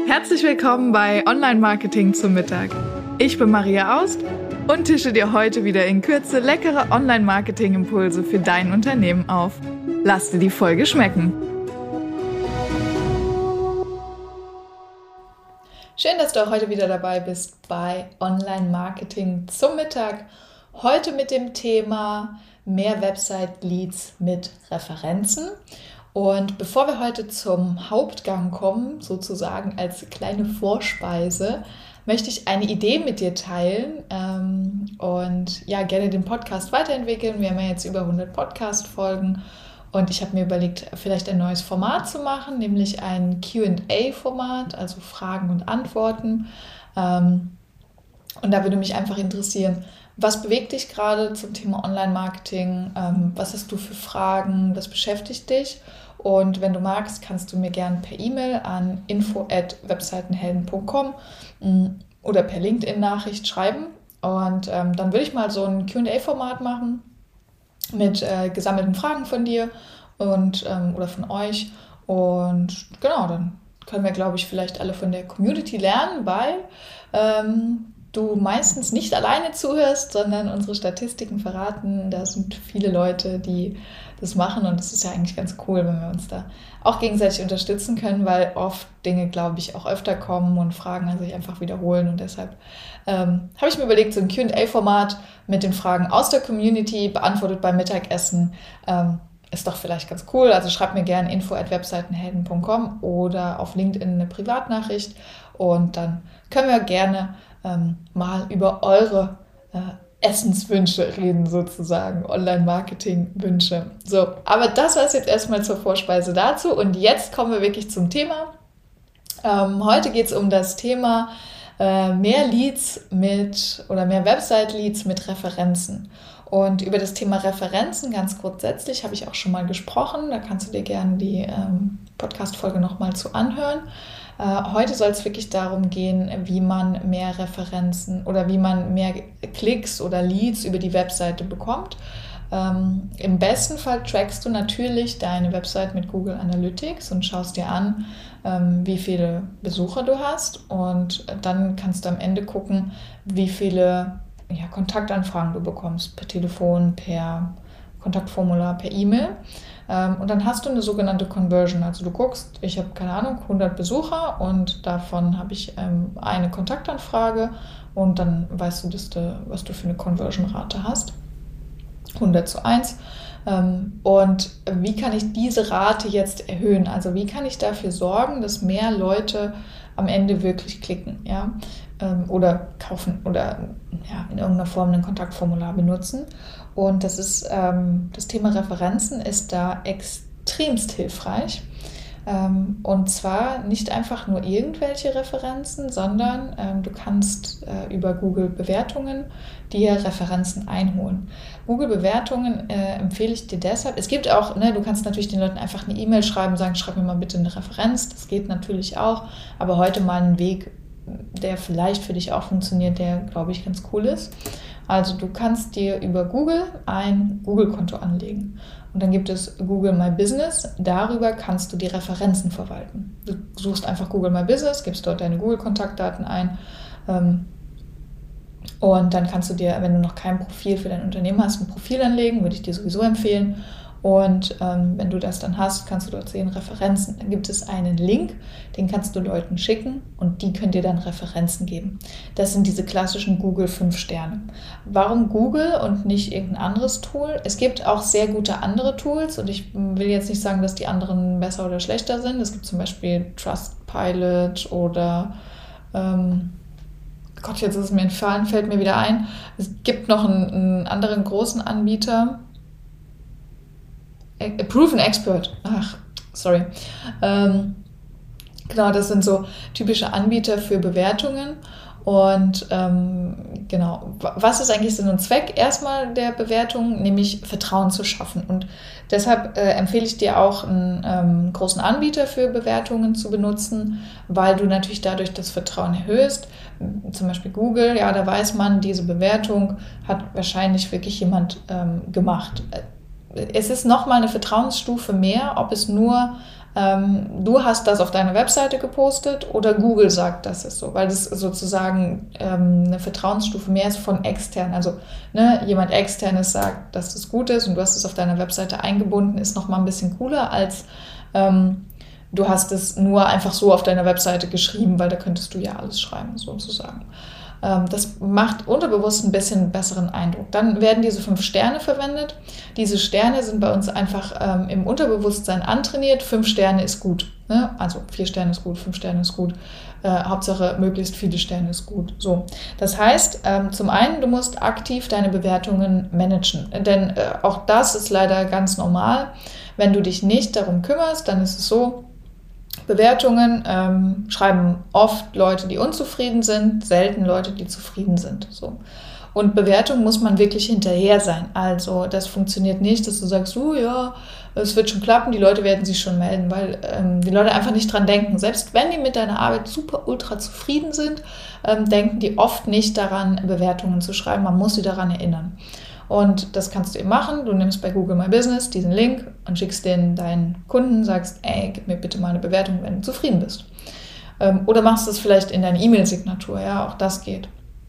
Herzlich willkommen bei Online-Marketing zum Mittag. Ich bin Maria Aust und tische dir heute wieder in Kürze leckere Online-Marketing-Impulse für dein Unternehmen auf. Lass dir die Folge schmecken. Schön, dass du auch heute wieder dabei bist bei Online-Marketing zum Mittag. Heute mit dem Thema mehr Website-Leads mit Referenzen. Und bevor wir heute zum Hauptgang kommen, sozusagen als kleine Vorspeise, möchte ich eine Idee mit dir teilen und gerne den Podcast weiterentwickeln. Wir haben ja jetzt über 100 Podcast-Folgen und ich habe mir überlegt, vielleicht ein neues Format zu machen, nämlich ein Q&A-Format, also Fragen und Antworten. Und da würde mich einfach interessieren, was bewegt dich gerade zum Thema Online-Marketing? Was hast du für Fragen? Was beschäftigt dich? Und wenn du magst, kannst du mir gerne per E-Mail an info@webseitenhelden.com oder per LinkedIn-Nachricht schreiben. Und dann würde ich mal so ein Q&A-Format machen mit gesammelten Fragen von dir und oder von euch. Und genau, dann können wir, glaube ich, vielleicht alle von der Community lernen, weil du meistens nicht alleine zuhörst, sondern unsere Statistiken verraten, da sind viele Leute, die das machen und das ist ja eigentlich ganz cool, wenn wir uns da auch gegenseitig unterstützen können, weil oft Dinge, glaube ich, auch öfter kommen und Fragen sich einfach wiederholen und deshalb habe ich mir überlegt, so ein Q&A-Format mit den Fragen aus der Community, beantwortet beim Mittagessen, ist doch vielleicht ganz cool, also schreibt mir gerne info@webseitenhelden.com oder auf LinkedIn eine Privatnachricht und dann können wir gerne mal über eure Essenswünsche reden, sozusagen, Online-Marketing-Wünsche. So, aber das war es jetzt erstmal zur Vorspeise dazu und jetzt kommen wir wirklich zum Thema. Heute geht es um das Thema mehr Leads mehr Website-Leads mit Referenzen. Und über das Thema Referenzen ganz grundsätzlich habe ich auch schon mal gesprochen. Da kannst du dir gerne die Podcast-Folge nochmal zu anhören. Heute soll es wirklich darum gehen, wie man mehr Referenzen oder wie man mehr Klicks oder Leads über die Webseite bekommt. Im besten Fall trackst du natürlich deine Website mit Google Analytics und schaust dir an, wie viele Besucher du hast. Und dann kannst du am Ende gucken, wie viele Kontaktanfragen du bekommst, per Telefon, per Kontaktformular, per E-Mail. Und dann hast du eine sogenannte Conversion. Also du guckst, ich habe 100 Besucher und davon habe ich eine Kontaktanfrage und dann weißt du, was du für eine Conversion-Rate hast. 100:1. Und wie kann ich diese Rate jetzt erhöhen? Also wie kann ich dafür sorgen, dass mehr Leute am Ende wirklich klicken, oder kaufen oder in irgendeiner Form ein Kontaktformular benutzen. Und das ist das Thema Referenzen ist da extremst hilfreich. Und zwar nicht einfach nur irgendwelche Referenzen, sondern du kannst über Google-Bewertungen dir Referenzen einholen. Google-Bewertungen empfehle ich dir deshalb. Es gibt auch, du kannst natürlich den Leuten einfach eine E-Mail schreiben, sagen, schreib mir mal bitte eine Referenz. Das geht natürlich auch, aber heute mal einen Weg, der vielleicht für dich auch funktioniert, der, glaube ich, ganz cool ist. Also du kannst dir über Google ein Google-Konto anlegen. Und dann gibt es Google My Business. Darüber kannst du die Referenzen verwalten. Du suchst einfach Google My Business, gibst dort deine Google-Kontaktdaten ein. Und dann kannst du dir, wenn du noch kein Profil für dein Unternehmen hast, ein Profil anlegen, würde ich dir sowieso empfehlen. Und wenn du das dann hast, kannst du dort sehen Referenzen. Dann gibt es einen Link, den kannst du Leuten schicken und die können dir dann Referenzen geben. Das sind diese klassischen Google 5 Sterne. Warum Google und nicht irgendein anderes Tool? Es gibt auch sehr gute andere Tools und ich will jetzt nicht sagen, dass die anderen besser oder schlechter sind. Es gibt zum Beispiel Trustpilot oder jetzt ist es mir entfallen, fällt mir wieder ein. Es gibt noch einen anderen großen Anbieter, Proven Expert. Das sind so typische Anbieter für Bewertungen. Und was ist eigentlich Sinn und Zweck erstmal der Bewertung? Nämlich Vertrauen zu schaffen. Und deshalb empfehle ich dir auch einen großen Anbieter für Bewertungen zu benutzen, weil du natürlich dadurch das Vertrauen erhöhst. Zum Beispiel Google, da weiß man, diese Bewertung hat wahrscheinlich wirklich jemand gemacht. Es ist nochmal eine Vertrauensstufe mehr, ob es nur du hast das auf deine Webseite gepostet oder Google sagt, das ist so, weil das sozusagen eine Vertrauensstufe mehr ist von extern. Also jemand externes sagt, dass das gut ist und du hast es auf deiner Webseite eingebunden, ist nochmal ein bisschen cooler als du hast es nur einfach so auf deiner Webseite geschrieben, weil da könntest du ja alles schreiben, sozusagen. Das macht unterbewusst ein bisschen besseren Eindruck. Dann werden diese 5 Sterne verwendet. Diese Sterne sind bei uns einfach im Unterbewusstsein antrainiert. 5 Sterne ist gut. Ne? Also 4 Sterne ist gut, 5 Sterne ist gut. Hauptsache möglichst viele Sterne ist gut. So. Das heißt, zum einen, du musst aktiv deine Bewertungen managen. Denn auch das ist leider ganz normal. Wenn du dich nicht darum kümmerst, dann ist es so, Bewertungen schreiben oft Leute, die unzufrieden sind, selten Leute, die zufrieden sind. So. Und Bewertungen muss man wirklich hinterher sein. Also das funktioniert nicht, dass du sagst, ja, es wird schon klappen, die Leute werden sich schon melden, weil die Leute einfach nicht dran denken. Selbst wenn die mit deiner Arbeit super ultra zufrieden sind, denken die oft nicht daran, Bewertungen zu schreiben. Man muss sie daran erinnern. Und das kannst du eben machen. Du nimmst bei Google My Business diesen Link und schickst den deinen Kunden, sagst, gib mir bitte mal eine Bewertung, wenn du zufrieden bist. Oder machst es vielleicht in deine E-Mail-Signatur, ja, auch das geht.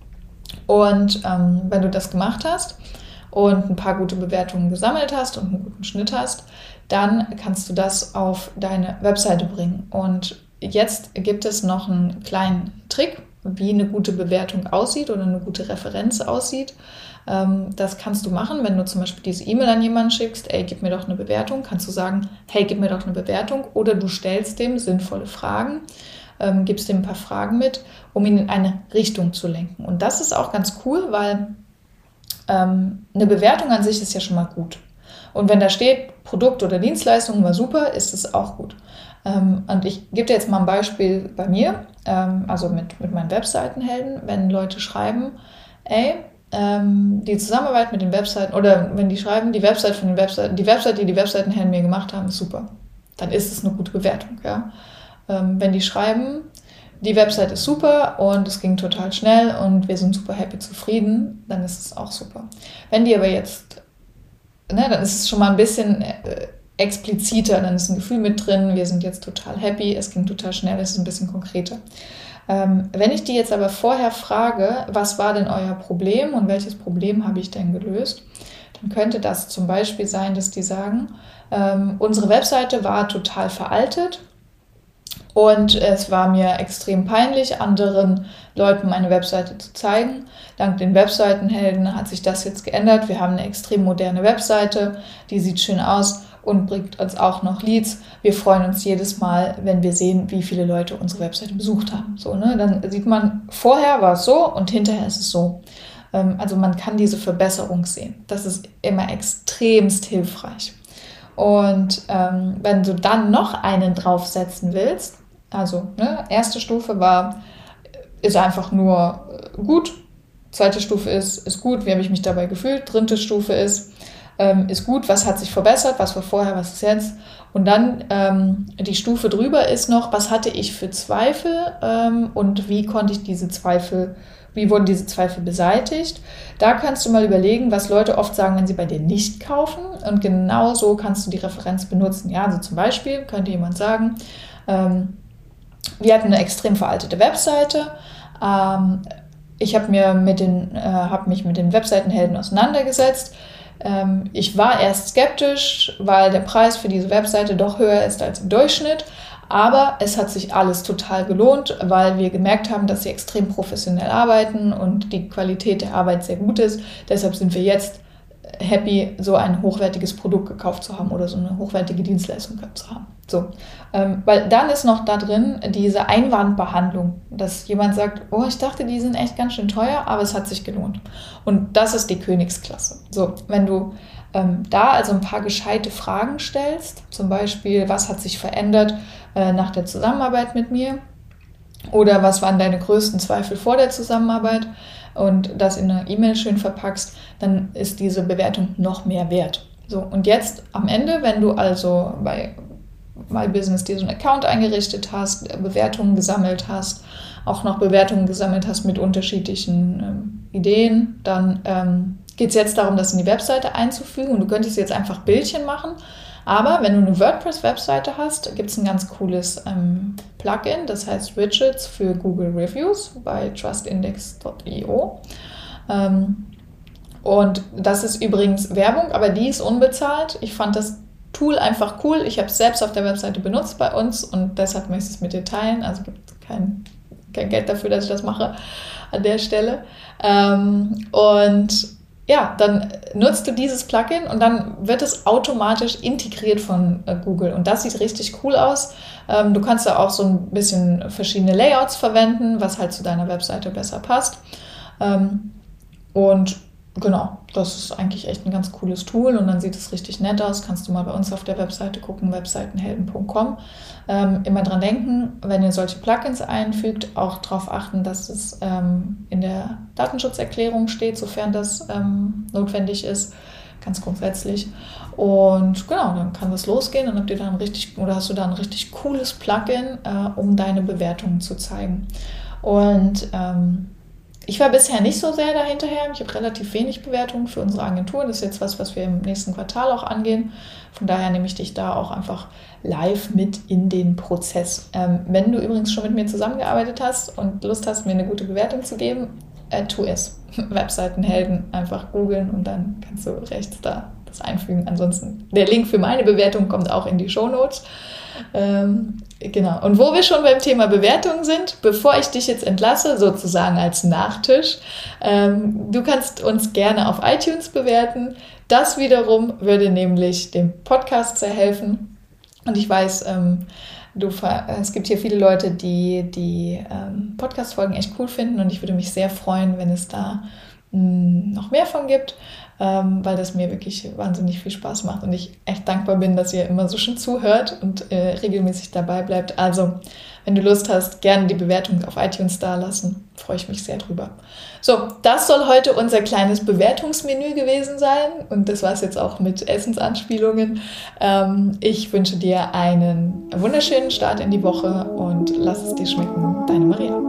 Und wenn du das gemacht hast und ein paar gute Bewertungen gesammelt hast und einen guten Schnitt hast, dann kannst du das auf deine Webseite bringen. Und jetzt gibt es noch einen kleinen Trick, wie eine gute Bewertung aussieht oder eine gute Referenz aussieht. Das kannst du machen, wenn du zum Beispiel diese E-Mail an jemanden schickst, gib mir doch eine Bewertung, kannst du sagen, hey, gib mir doch eine Bewertung, oder du stellst dem sinnvolle Fragen, gibst dem ein paar Fragen mit, um ihn in eine Richtung zu lenken. Und das ist auch ganz cool, weil eine Bewertung an sich ist ja schon mal gut. Und wenn da steht, Produkt oder Dienstleistung war super, ist es auch gut. Und ich gebe dir jetzt mal ein Beispiel bei mir, also mit meinen Webseitenhelden, wenn Leute schreiben, die Zusammenarbeit mit den Webseiten, oder wenn die schreiben, die Website, die Webseitenhelden mir gemacht haben, ist super, dann ist es eine gute Bewertung. Ja? Wenn die schreiben, die Website ist super und es ging total schnell und wir sind super happy, zufrieden, dann ist es auch super. Wenn die aber jetzt, dann ist es schon mal ein bisschen expliziter, dann ist ein Gefühl mit drin, wir sind jetzt total happy, es ging total schnell, es ist ein bisschen konkreter. Wenn ich die jetzt aber vorher frage, was war denn euer Problem und welches Problem habe ich denn gelöst, dann könnte das zum Beispiel sein, dass die sagen, unsere Webseite war total veraltet und es war mir extrem peinlich, anderen Leuten meine Webseite zu zeigen. Dank den Webseitenhelden hat sich das jetzt geändert. Wir haben eine extrem moderne Webseite, die sieht schön aus und bringt uns auch noch Leads. Wir freuen uns jedes Mal, wenn wir sehen, wie viele Leute unsere Webseite besucht haben. So, dann sieht man, vorher war es so und hinterher ist es so. Also man kann diese Verbesserung sehen. Das ist immer extremst hilfreich. Und wenn du dann noch einen draufsetzen willst, also erste Stufe ist einfach nur gut, zweite Stufe ist gut, wie habe ich mich dabei gefühlt, dritte Stufe ist gut, was hat sich verbessert, was war vorher, was ist jetzt. Und dann die Stufe drüber ist noch, was hatte ich für Zweifel und wie wurden diese Zweifel beseitigt. Da kannst du mal überlegen, was Leute oft sagen, wenn sie bei dir nicht kaufen. Und genau so kannst du die Referenz benutzen. Ja, also zum Beispiel könnte jemand sagen, wir hatten eine extrem veraltete Webseite. Ich habe mich mit den Webseitenhelden auseinandergesetzt. Ich war erst skeptisch, weil der Preis für diese Webseite doch höher ist als im Durchschnitt, aber es hat sich alles total gelohnt, weil wir gemerkt haben, dass sie extrem professionell arbeiten und die Qualität der Arbeit sehr gut ist. Deshalb sind wir jetzt happy, so ein hochwertiges Produkt gekauft zu haben oder so eine hochwertige Dienstleistung zu haben. So, weil dann ist noch da drin diese Einwandbehandlung, dass jemand sagt, oh, ich dachte, die sind echt ganz schön teuer, aber es hat sich gelohnt. Und das ist die Königsklasse. So, wenn du da also ein paar gescheite Fragen stellst, zum Beispiel, was hat sich verändert nach der Zusammenarbeit mit mir oder was waren deine größten Zweifel vor der Zusammenarbeit, und das in einer E-Mail schön verpackst, dann ist diese Bewertung noch mehr wert. So, und jetzt am Ende, wenn du also bei My Business dir so einen Account eingerichtet hast, Bewertungen gesammelt hast, auch noch Bewertungen gesammelt hast mit unterschiedlichen Ideen, dann geht es jetzt darum, das in die Webseite einzufügen, und du könntest jetzt einfach Bildchen machen, Aber wenn du eine WordPress-Webseite hast, gibt es ein ganz cooles Plugin, das heißt Widgets für Google Reviews bei trustindex.io. Und das ist übrigens Werbung, aber die ist unbezahlt. Ich fand das Tool einfach cool. Ich habe es selbst auf der Webseite benutzt bei uns und deshalb möchte ich es mit dir teilen. Also gibt es kein Geld dafür, dass ich das mache an der Stelle. Und ja, dann nutzt du dieses Plugin und dann wird es automatisch integriert von Google. Und das sieht richtig cool aus. Du kannst da auch so ein bisschen verschiedene Layouts verwenden, was halt zu deiner Webseite besser passt. Und genau, das ist eigentlich echt ein ganz cooles Tool und dann sieht es richtig nett aus. Kannst du mal bei uns auf der Webseite gucken, webseitenhelden.com. Immer dran denken, wenn ihr solche Plugins einfügt, auch darauf achten, dass es in der Datenschutzerklärung steht, sofern das notwendig ist, ganz grundsätzlich. Und genau, dann kann das losgehen und hast du da ein richtig cooles Plugin, um deine Bewertungen zu zeigen. Und ich war bisher nicht so sehr dahinterher. Ich habe relativ wenig Bewertungen für unsere Agentur. Das ist jetzt was wir im nächsten Quartal auch angehen. Von daher nehme ich dich da auch einfach live mit in den Prozess. Wenn du übrigens schon mit mir zusammengearbeitet hast und Lust hast, mir eine gute Bewertung zu geben, tu es. Webseitenhelden einfach googeln und dann kannst du rechts da das einfügen. Ansonsten, der Link für meine Bewertung kommt auch in die Shownotes. Genau. Und wo wir schon beim Thema Bewertung sind, bevor ich dich jetzt entlasse, sozusagen als Nachtisch, du kannst uns gerne auf iTunes bewerten. Das wiederum würde nämlich dem Podcast sehr helfen. Und ich weiß, es gibt hier viele Leute, die Podcast-Folgen echt cool finden und ich würde mich sehr freuen, wenn es da noch mehr von gibt, weil das mir wirklich wahnsinnig viel Spaß macht und ich echt dankbar bin, dass ihr immer so schön zuhört und regelmäßig dabei bleibt. Also, wenn du Lust hast, gerne die Bewertung auf iTunes dalassen. Freue ich mich sehr drüber. So, das soll heute unser kleines Bewertungsmenü gewesen sein und das war es jetzt auch mit Essensanspielungen. Ich wünsche dir einen wunderschönen Start in die Woche und lass es dir schmecken. Deine Maria.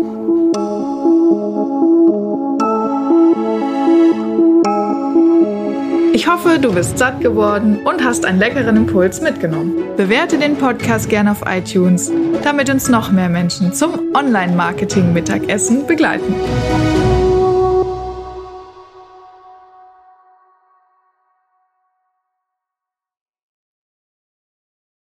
Ich hoffe, du bist satt geworden und hast einen leckeren Impuls mitgenommen. Bewerte den Podcast gerne auf iTunes, damit uns noch mehr Menschen zum Online-Marketing-Mittagessen begleiten.